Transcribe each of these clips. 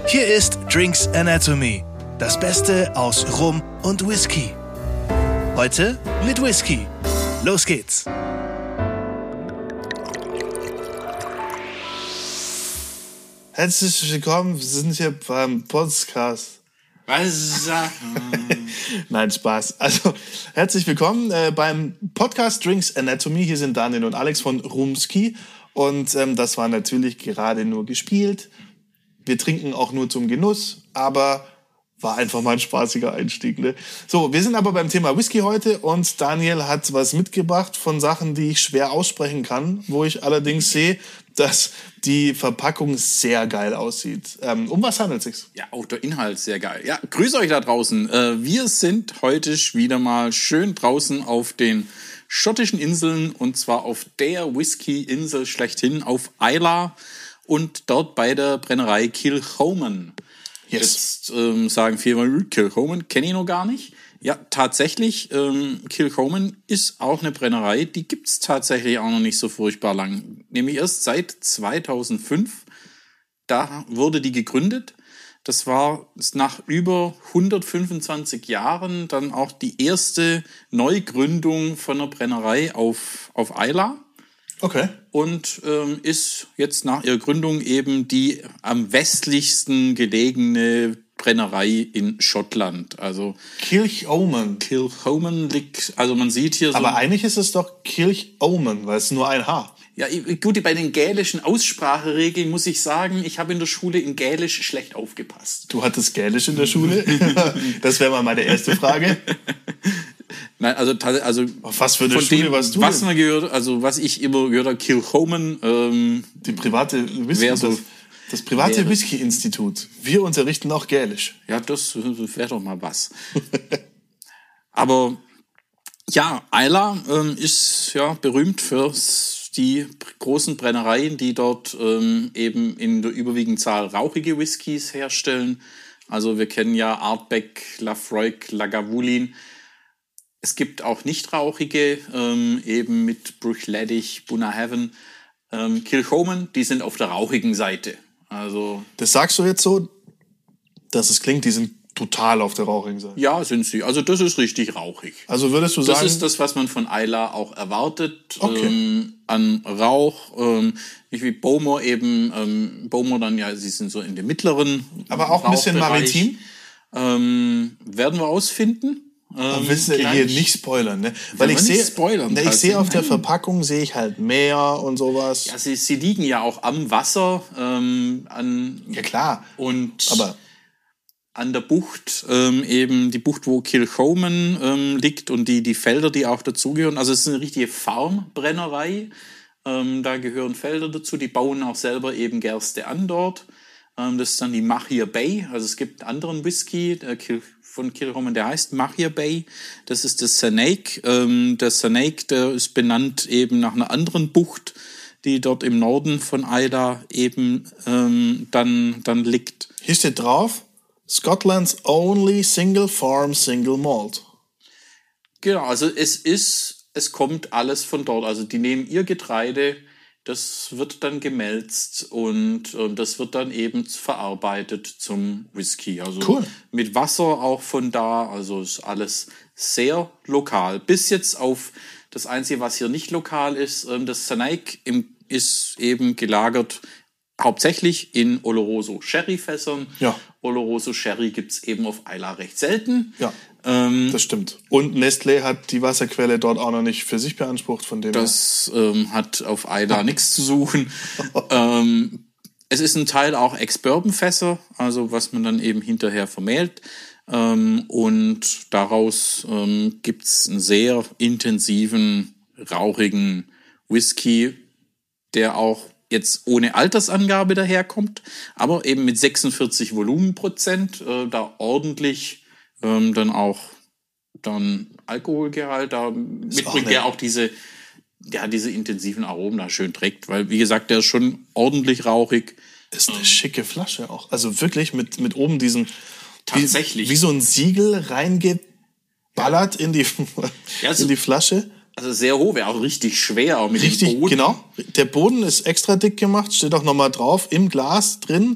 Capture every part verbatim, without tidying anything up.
Hier ist Drinks Anatomy, das Beste aus Rum und Whisky. Heute mit Whisky. Los geht's! Herzlich willkommen, wir sind hier beim Podcast. Was? Nein, Spaß. Also, herzlich willkommen äh, beim Podcast Drinks Anatomy. Hier sind Daniel und Alex von Rumski. Und ähm, das war natürlich gerade nur gespielt. Wir trinken auch nur zum Genuss, aber war einfach mal ein spaßiger Einstieg. Ne? So, wir sind aber beim Thema Whisky heute und Daniel hat was mitgebracht von Sachen, die ich schwer aussprechen kann, wo ich allerdings sehe, dass die Verpackung sehr geil aussieht. Ähm, um was handelt es sich? Ja, auch der Inhalt sehr geil. Ja, grüß euch da draußen. Äh, wir sind heute wieder mal schön draußen auf den schottischen Inseln und zwar auf der Whisky-Insel schlechthin auf Islay und dort bei der Brennerei Kilchoman. Yes. Jetzt ähm, sagen viele, Kilchoman kenne ich noch gar nicht. Ja, tatsächlich, ähm, Kilchoman ist auch eine Brennerei, die gibt's tatsächlich auch noch nicht so furchtbar lang. Nämlich erst seit zweitausendfünf, da wurde die gegründet. Das war nach über hundertfünfundzwanzig Jahren dann auch die erste Neugründung von einer Brennerei auf, auf Islay. Okay. Und ähm, ist jetzt nach ihrer Gründung eben die am westlichsten gelegene Brennerei in Schottland. Also Kilchoman. Kilchoman liegt, also man sieht hier so. Aber eigentlich ist es doch Kilchoman, weil es nur ein H. Ja, gut, bei den gälischen Ausspracheregeln muss ich sagen, ich habe in der Schule in Gälisch schlecht aufgepasst. Du hattest Gälisch in der Schule? Das wäre mal meine erste Frage. Nein, also, also was für eine von Schule dem, warst du was denn? man gehört, also was ich immer gehört habe, Kilchoman, ähm, die private Whisky, so, das, das private Whisky-Institut. Wir unterrichten auch Gälisch. Ja, das wäre doch mal was. Aber ja, Islay ähm, ist ja berühmt für die großen Brennereien, die dort ähm, eben in der überwiegenden Zahl rauchige Whiskys herstellen. Also wir kennen ja Ardbeg, Laphroaig, Lagavulin. Es gibt auch nichtrauchige, ähm, eben mit Bruichladdich, Bunnahabhain, ähm, Kilchoman, die sind auf der rauchigen Seite. Also das sagst du jetzt so, dass es klingt, die sind total auf der rauchigen Seite. Ja, sind sie. Also das ist richtig rauchig. Also würdest du sagen... Das ist das, was man von Islay auch erwartet. Okay. Ähm, an Rauch, ähm, nicht wie Bowmore eben. Ähm, Bowmore dann, ja, sie sind so in dem mittleren Aber auch ein bisschen maritim? Ähm, werden wir ausfinden. Aber ähm, willst du hier nicht spoilern, ne? Weil ich sehe, ne, ich sehe auf der Verpackung sehe ich halt Meer und sowas. Ja, sie, sie liegen ja auch am Wasser, ähm, an. Ja klar. Und aber an der Bucht, ähm, eben die Bucht, wo Kilchoman ähm, liegt und die die Felder, die auch dazugehören. Also es ist eine richtige Farmbrennerei. Ähm, da gehören Felder dazu. Die bauen auch selber eben Gerste an dort. Ähm, das ist dann die Machir Bay. Also es gibt einen anderen Whisky, der Kil von Kilchoman, der heißt Machir Bay. Das ist das Sanaik. Ähm, der Sanaik, der ist benannt eben nach einer anderen Bucht, die dort im Norden von Islay eben ähm, dann, dann liegt. Hier steht drauf, Scotland's only single farm, single malt. Genau, also es ist, es kommt alles von dort. Also die nehmen ihr Getreide, das wird dann gemälzt und äh, das wird dann eben verarbeitet zum Whisky. Also cool. Mit Wasser auch von da, also ist alles sehr lokal. Bis jetzt auf das Einzige, was hier nicht lokal ist, äh, das Sanaik ist eben gelagert hauptsächlich in Oloroso Sherry-Fässern. Ja. Oloroso Sherry gibt's eben auf Islay recht selten. Ja, ähm, das stimmt. Und Nestlé hat die Wasserquelle dort auch noch nicht für sich beansprucht. Von dem das ähm, hat auf Islay nichts zu suchen. ähm, es ist ein Teil auch Ex-Bourbon-Fässer, also was man dann eben hinterher vermählt. Ähm, und daraus ähm, gibt's einen sehr intensiven, rauchigen Whisky, der auch jetzt ohne Altersangabe daherkommt, aber eben mit sechsundvierzig Volumenprozent, äh, da ordentlich ähm, dann auch dann Alkoholgehalt da mitbringt, der auch diese, ja, diese intensiven Aromen da schön trägt, weil wie gesagt, der ist schon ordentlich rauchig. Ist eine schicke Flasche auch, also wirklich mit, mit oben diesen, tatsächlich wie, wie so ein Siegel reingeballert in die, ja, also, in die Flasche. Also sehr hoch, wäre auch richtig schwer auch mit richtig, dem Boden. Genau, der Boden ist extra dick gemacht, steht auch nochmal drauf, im Glas drin,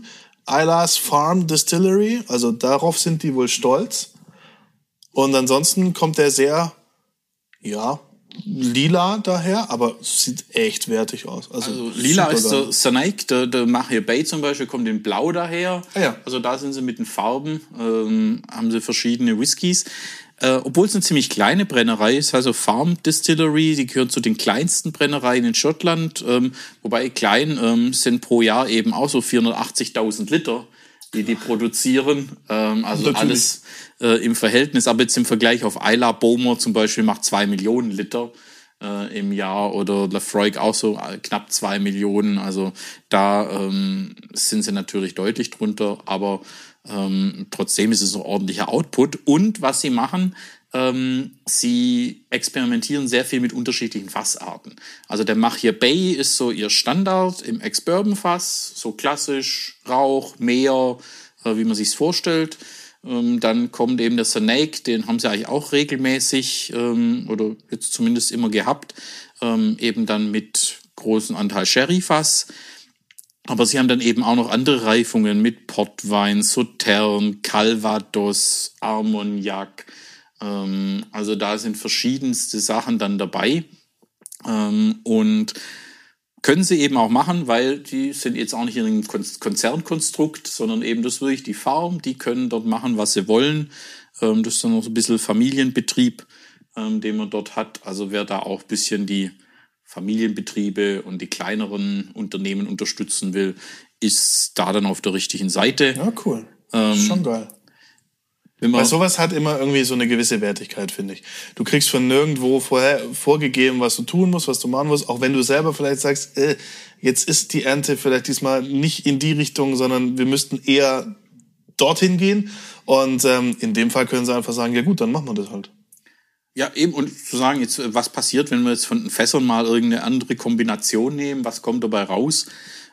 Isla's Farm Distillery, also darauf sind die wohl stolz. Und ansonsten kommt der sehr, ja, lila daher, aber sieht echt wertig aus. Also, also lila ist supergeil. der Snake, der, der Mahir Bay zum Beispiel kommt in blau daher. Ah, ja. Also da sind sie mit den Farben, ähm, haben sie verschiedene Whiskys. Äh, obwohl es eine ziemlich kleine Brennerei ist, also Farm Distillery, die gehört zu den kleinsten Brennereien in Schottland, ähm, wobei klein ähm, sind pro Jahr eben auch so vierhundertachtzigtausend Liter, die die produzieren, ähm, also Natürlich. alles äh, im Verhältnis, aber jetzt im Vergleich auf Islay Bowmore zum Beispiel macht zwei Millionen Liter äh, im Jahr oder Laphroaig auch so äh, knapp zwei Millionen, also da ähm, sind sie natürlich deutlich drunter, aber Ähm, trotzdem ist es ein ordentlicher Output. Und was sie machen, ähm, sie experimentieren sehr viel mit unterschiedlichen Fassarten. Also der Mahir Bay ist so ihr Standard im Ex-Bourbon-Fass, so klassisch, Rauch, Meer, äh, wie man sich's vorstellt. Ähm, dann kommt eben der Snake, den haben sie eigentlich auch regelmäßig ähm, oder jetzt zumindest immer gehabt, ähm, eben dann mit großem Anteil Sherry-Fass. Aber sie haben dann eben auch noch andere Reifungen mit Portwein, Sautern, Calvados, Armagnac. Ähm, also da sind verschiedenste Sachen dann dabei. Ähm, und können sie eben auch machen, weil die sind jetzt auch nicht in einem Konzernkonstrukt, sondern eben das ist wirklich die Farm. Die können dort machen, was sie wollen. Ähm, das ist dann noch so ein bisschen Familienbetrieb, ähm, den man dort hat. Also wer da auch ein bisschen die Familienbetriebe und die kleineren Unternehmen unterstützen will, ist da dann auf der richtigen Seite. Ja, cool. Ähm, Schon geil. Weil sowas hat immer irgendwie so eine gewisse Wertigkeit, finde ich. Du kriegst von nirgendwo vorher vorgegeben, was du tun musst, was du machen musst. Auch wenn du selber vielleicht sagst, äh, jetzt ist die Ernte vielleicht diesmal nicht in die Richtung, sondern wir müssten eher dorthin gehen. Und ähm, in dem Fall können sie einfach sagen, ja gut, dann machen wir das halt. Ja, eben, und zu sagen, jetzt, was passiert, wenn wir jetzt von den Fässern mal irgendeine andere Kombination nehmen, was kommt dabei raus?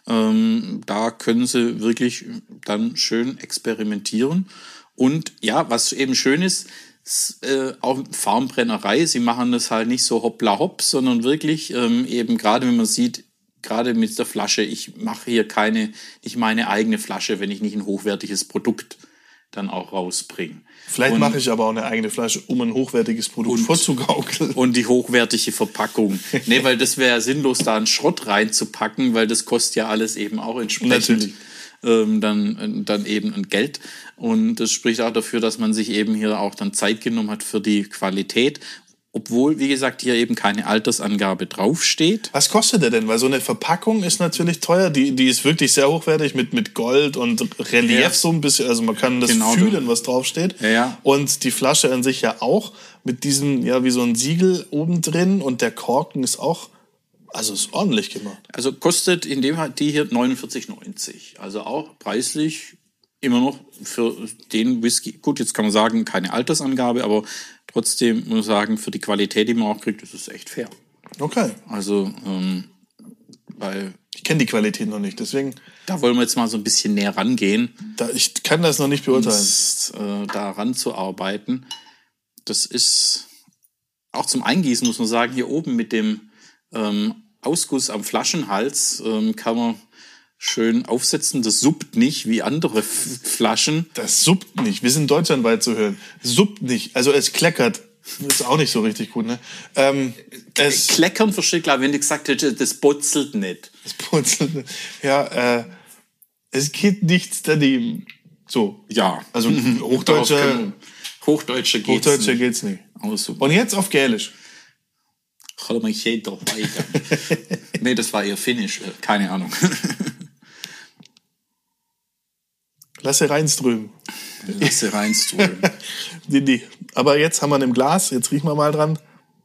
Ähm, da können sie wirklich dann schön experimentieren. Und ja, was eben schön ist, ist äh, auch Farmbrennerei, sie machen das halt nicht so hoppla hopp, sondern wirklich ähm, eben gerade, wenn man sieht, gerade mit der Flasche, ich mache hier keine, nicht meine eigene Flasche, wenn ich nicht ein hochwertiges Produkt dann auch rausbringe. Vielleicht und, mache ich aber auch eine eigene Flasche, um ein hochwertiges Produkt und, vorzugaukeln. Und die hochwertige Verpackung. Nee, weil das wäre sinnlos, da einen Schrott reinzupacken, weil das kostet ja alles eben auch entsprechend ähm, dann, dann eben ein Geld. Und das spricht auch dafür, dass man sich eben hier auch dann Zeit genommen hat für die Qualität. Obwohl, wie gesagt, hier eben keine Altersangabe draufsteht. Was kostet der denn? Weil so eine Verpackung ist natürlich teuer. Die, die ist wirklich sehr hochwertig mit, mit Gold und Relief ja. so ein bisschen. Also man kann das genau fühlen, was draufsteht. Ja, ja. Und die Flasche an sich ja auch mit diesem, ja, wie so ein Siegel oben drin. Und der Korken ist auch, also ist ordentlich gemacht. Also kostet in dem Fall die hier neunundvierzig neunzig. Also auch preislich immer noch für den Whisky. Gut, jetzt kann man sagen, keine Altersangabe, aber trotzdem muss ich sagen, für die Qualität, die man auch kriegt, ist es echt fair. Okay. Also, ähm, weil... Ich kenne die Qualität noch nicht, deswegen... Da wollen wir jetzt mal so ein bisschen näher rangehen. Da, ich kann das noch nicht beurteilen. Und, äh, da ranzuarbeiten. Das ist... Auch zum Eingießen muss man sagen, hier oben mit dem ähm, Ausguss am Flaschenhals ähm, kann man schön aufsetzen. Das suppt nicht wie andere F- Flaschen. Das suppt nicht. Wir sind deutschlandweit zu hören. Suppt nicht. Also es kleckert. Das ist auch nicht so richtig gut, ne? Ähm, es Kleckern verstehe klar, wenn du gesagt hättest, das putzelt nicht. Das putzelt nicht. Ja, äh, es geht nichts daneben. So. Ja. Also Hochdeutsche, Hochdeutsche geht's Hochdeutsche nicht. geht's nicht. Also, Und jetzt auf Gälisch. nee, das war eher Finnisch. Keine Ahnung. Lasse reinströmen. Lasse reinströmen. nee, nee. Aber jetzt haben wir ihn im Glas. Jetzt riechen wir mal dran.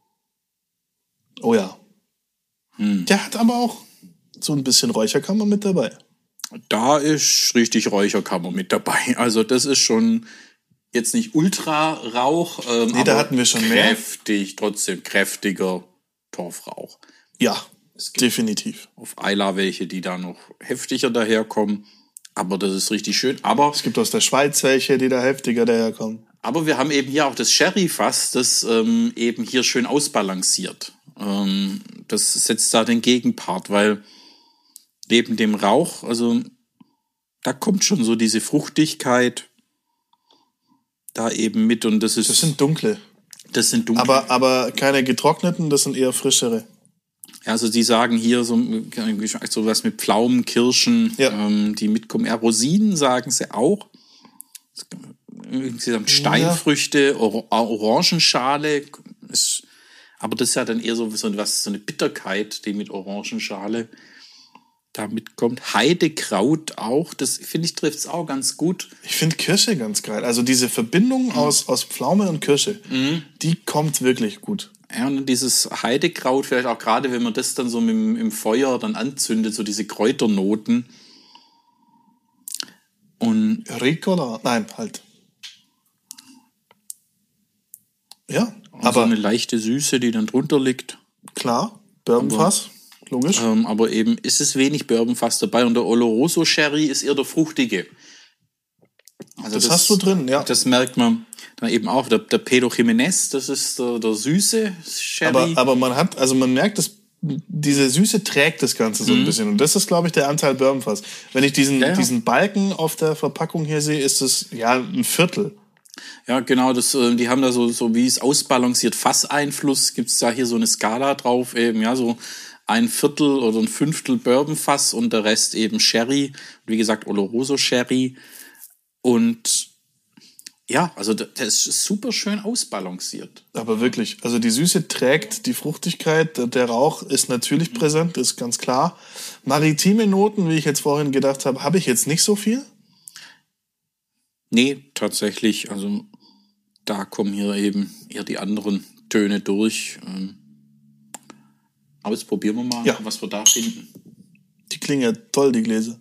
Oh ja. Hm. Der hat aber auch so ein bisschen Räucherkammer mit dabei. Da ist richtig Räucherkammer mit dabei. Also das ist schon jetzt nicht Ultra-Rauch. Ähm, nee, da hatten wir schon mehr. Kräftig, trotzdem kräftiger Torfrauch. Ja, definitiv. Auf Islay welche, die da noch heftiger daherkommen. Aber das ist richtig schön. Aber es gibt aus der Schweiz welche, die da heftiger daherkommen. Aber wir haben eben hier auch das Sherry-Fass, das ähm, eben hier schön ausbalanciert. Ähm, das setzt da den Gegenpart, weil neben dem Rauch, also da kommt schon so diese Fruchtigkeit da eben mit und das ist... Das sind dunkle. Das sind dunkle. Aber, aber keine getrockneten, das sind eher frischere. Ja, also die sagen hier so, so was mit Pflaumen, Kirschen, ja. ähm, die mitkommen. Ja, Rosinen sagen sie auch. Insgesamt Steinfrüchte, Or- Orangenschale. Ist, aber das ist ja dann eher so, so, was, so eine Bitterkeit, die mit Orangenschale da mitkommt. Heidekraut auch, das finde ich trifft es auch ganz gut. Ich finde Kirsche ganz geil. Also diese Verbindung mhm. aus, aus Pflaume und Kirsche, mhm. die kommt wirklich gut. Ja, und dieses Heidekraut, vielleicht auch gerade, wenn man das dann so mit, im Feuer dann anzündet, so diese Kräuternoten. Und Ricola, nein, halt. Ja, aber so eine leichte Süße, die dann drunter liegt. Klar, Bourbonfass, logisch. Ähm, aber eben ist es wenig Bourbonfass dabei und der Oloroso Sherry ist eher der fruchtige. Also das, das hast du drin, ja. Das merkt man dann eben auch. Der, der Pedro Jiménez, das ist der, der süße Sherry. Aber, aber man hat, also man merkt, dass diese Süße trägt das Ganze so mhm. ein bisschen. Und das ist, glaube ich, der Anteil Bourbonfass. Wenn ich diesen, ja, ja. diesen Balken auf der Verpackung hier sehe, ist es ja ein Viertel. Ja, genau, das, die haben da so, so wie es ausbalanciert Fasseinfluss, gibt es da hier so eine Skala drauf, eben, ja, so ein Viertel oder ein Fünftel Bourbonfass und der Rest eben Sherry, wie gesagt, Oloroso Sherry. Und ja, also das ist super schön ausbalanciert. Aber wirklich, also die Süße trägt die Fruchtigkeit, der Rauch ist natürlich mhm. präsent, ist ganz klar. Maritime Noten, wie ich jetzt vorhin gedacht habe, habe ich jetzt nicht so viel. Nee, tatsächlich, also da kommen hier eben eher die anderen Töne durch. Aber jetzt probieren wir mal, ja. was wir da finden. Die klingen ja toll, die Gläser.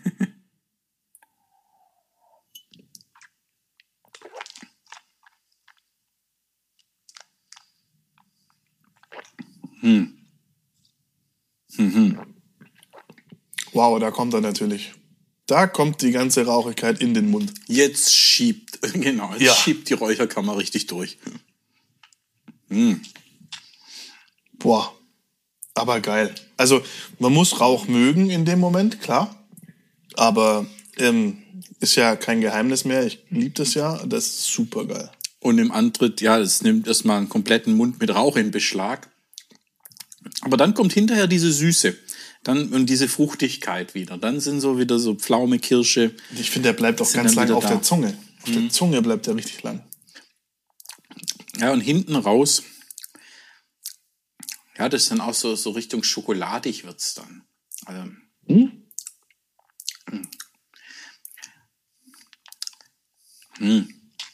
hm. Hm, hm. Wow, da kommt er natürlich. Da kommt die ganze Rauchigkeit in den Mund. Jetzt schiebt, genau, jetzt ja. schiebt die Räucherkammer richtig durch. Hm. Boah, aber geil. Also man muss Rauch mögen in dem Moment, klar. Aber ähm, ist ja kein Geheimnis mehr. Ich liebe das ja. Das ist super geil. Und im Antritt, ja, es nimmt erstmal einen kompletten Mund mit Rauch in Beschlag. Aber dann kommt hinterher diese Süße. Dann und diese Fruchtigkeit wieder. Dann sind so wieder so Pflaume, Kirsche. Ich finde, der bleibt auch ganz lange auf da. der Zunge. Auf mhm. der Zunge bleibt er richtig lang. Ja, und hinten raus, ja, das ist dann auch so, so Richtung schokoladig wird's dann. Also, mhm. Mhm.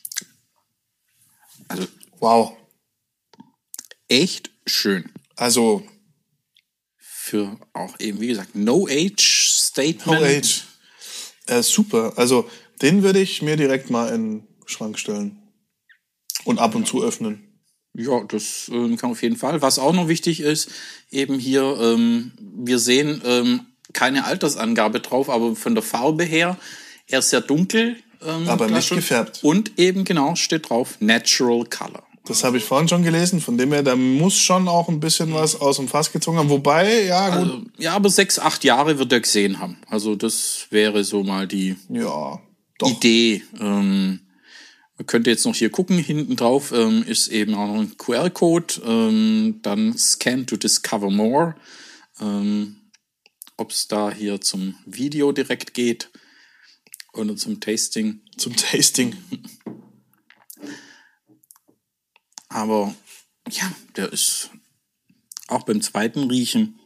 Also, wow. Echt schön. Also, für auch eben, wie gesagt, No-Age-Statement. No-Age. Äh, super. Also, den würde ich mir direkt mal in den Schrank stellen. Und ab und zu öffnen. Ja, das äh, kann auf jeden Fall. Was auch noch wichtig ist, eben hier, ähm, wir sehen ähm, keine Altersangabe drauf, aber von der Farbe her, er ist sehr dunkel. Ähm, aber nicht gefärbt. Und eben, genau, steht drauf, Natural Color. Das habe ich vorhin schon gelesen, von dem her, da muss schon auch ein bisschen was aus dem Fass gezogen haben. Wobei, ja, gut. Also, ja, aber sechs, acht Jahre wird er gesehen haben. Also das wäre so mal die ja, doch. Idee. Ähm, man könnte jetzt noch hier gucken, hinten drauf ähm, ist eben auch noch ein Q R-Code. Ähm, dann Scan to discover more. Ähm, ob es da hier zum Video direkt geht oder zum Tasting. Zum Tasting. Aber ja, der ist auch beim zweiten Riechen.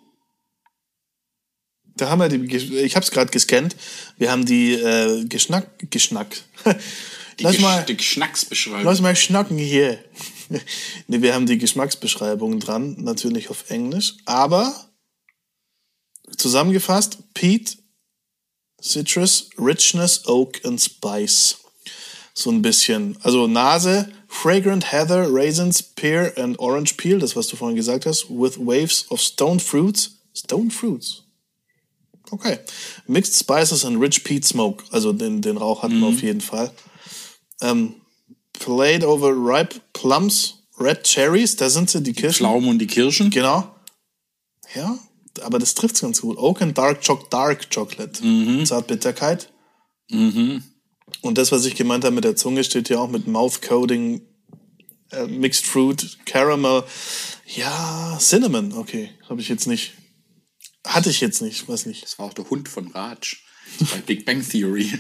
Da haben wir die, ich habe es gerade gescannt. Wir haben die äh, Geschnack, Geschnack. Die, lass Gesch- mal, die Geschmacksbeschreibung. Lass mal schnacken hier. Nee, wir haben die Geschmacksbeschreibungen dran, natürlich auf Englisch. Aber zusammengefasst: Peat, Citrus, Richness, Oak and Spice. So ein bisschen. Also Nase, Fragrant Heather, Raisins, Pear and Orange Peel, das was du vorhin gesagt hast, with waves of stone fruits. Stone fruits? Okay. Mixed Spices and Rich Peat Smoke. Also den, den Rauch hatten mhm. wir auf jeden Fall. Ähm, Played over ripe plums, red cherries, da sind sie, die Kirschen. Pflaumen und die Kirschen. Genau. Ja, aber das trifft's ganz gut. Oak and Dark, Choc- Dark Chocolate. Mhm. Zartbitterkeit. Mhm. Und das, was ich gemeint habe mit der Zunge, steht hier auch mit Mouth Coating, äh, Mixed Fruit, Caramel. Ja, Cinnamon, okay. Habe ich jetzt nicht. Hatte ich jetzt nicht, weiß nicht. Das war auch der Hund von Raj bei Big Bang Theory.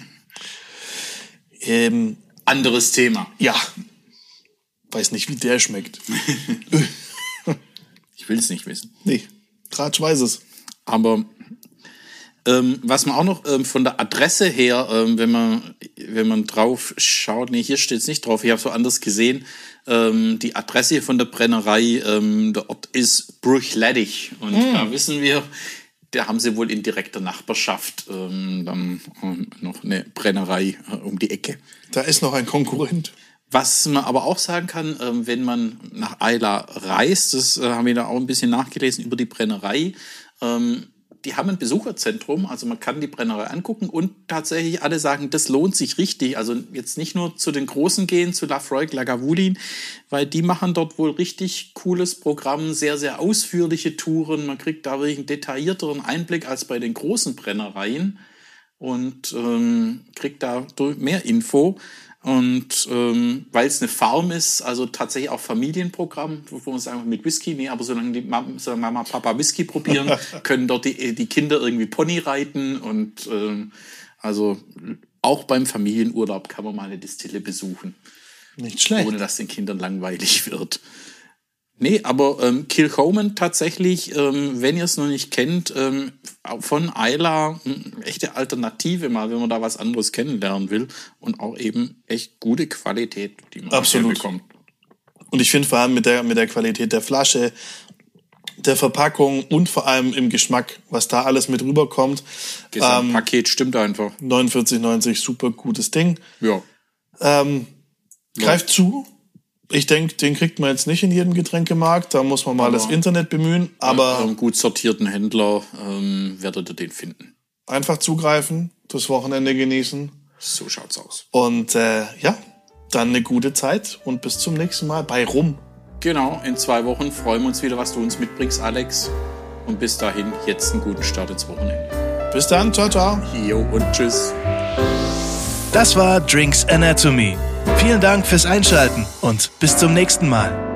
Ähm, Anderes Thema. ja. Weiß nicht, wie der schmeckt. Ich will es nicht wissen. Nee, Tratsch weiß es. Aber ähm, was man auch noch ähm, von der Adresse her, ähm, wenn man wenn man drauf schaut, nee, hier steht es nicht drauf, ich habe es so anders gesehen, ähm, die Adresse von der Brennerei, ähm, der Ort ist Bruchleddich. Und mm. da wissen wir, da haben sie wohl in direkter Nachbarschaft ähm, dann ähm, noch eine Brennerei äh, um die Ecke. Da ist noch ein Konkurrent. Was man aber auch sagen kann, ähm, wenn man nach Eila reist, das äh, haben wir da auch ein bisschen nachgelesen über die Brennerei, ähm, die haben ein Besucherzentrum, also man kann die Brennerei angucken und tatsächlich alle sagen, das lohnt sich richtig. Also jetzt nicht nur zu den Großen gehen, zu Lafroig, Lagavulin, weil die machen dort wohl richtig cooles Programm, sehr, sehr ausführliche Touren. Man kriegt da wirklich einen detaillierteren Einblick als bei den großen Brennereien und ähm, kriegt da mehr Info. Und ähm, weil es eine Farm ist, also tatsächlich auch Familienprogramm, wo man sagen, mit Whisky, nee, aber solange die Mama, solange Mama Papa Whisky probieren, können dort die, die Kinder irgendwie Pony reiten. Und ähm, also auch beim Familienurlaub kann man mal eine Distille besuchen. Nicht schlecht. Ohne dass den Kindern langweilig wird. Nee, aber ähm, Kilchoman tatsächlich, ähm, wenn ihr es noch nicht kennt, ähm, von Eila eine echte Alternative mal, wenn man da was anderes kennenlernen will und auch eben echt gute Qualität, die man Absolut bekommt. Und ich finde vor allem mit der, mit der Qualität der Flasche, der Verpackung und vor allem im Geschmack, was da alles mit rüberkommt. Gesamtpaket ähm, stimmt einfach. neunundvierzig neunzig, super gutes Ding. Ja. Ähm, greift ja. zu. Ich denke, den kriegt man jetzt nicht in jedem Getränkemarkt. Da muss man mal aber das Internet bemühen. Aber einem gut sortierten Händler ähm, werdet ihr den finden. Einfach zugreifen, das Wochenende genießen. So schaut's aus. Und äh, ja, dann eine gute Zeit und bis zum nächsten Mal bei Rum. Genau, in zwei Wochen freuen wir uns wieder, was du uns mitbringst, Alex. Und bis dahin, jetzt einen guten Start ins Wochenende. Bis dann, ciao, ciao. Jo und tschüss. Das war Drinks Anatomy. Vielen Dank fürs Einschalten und bis zum nächsten Mal.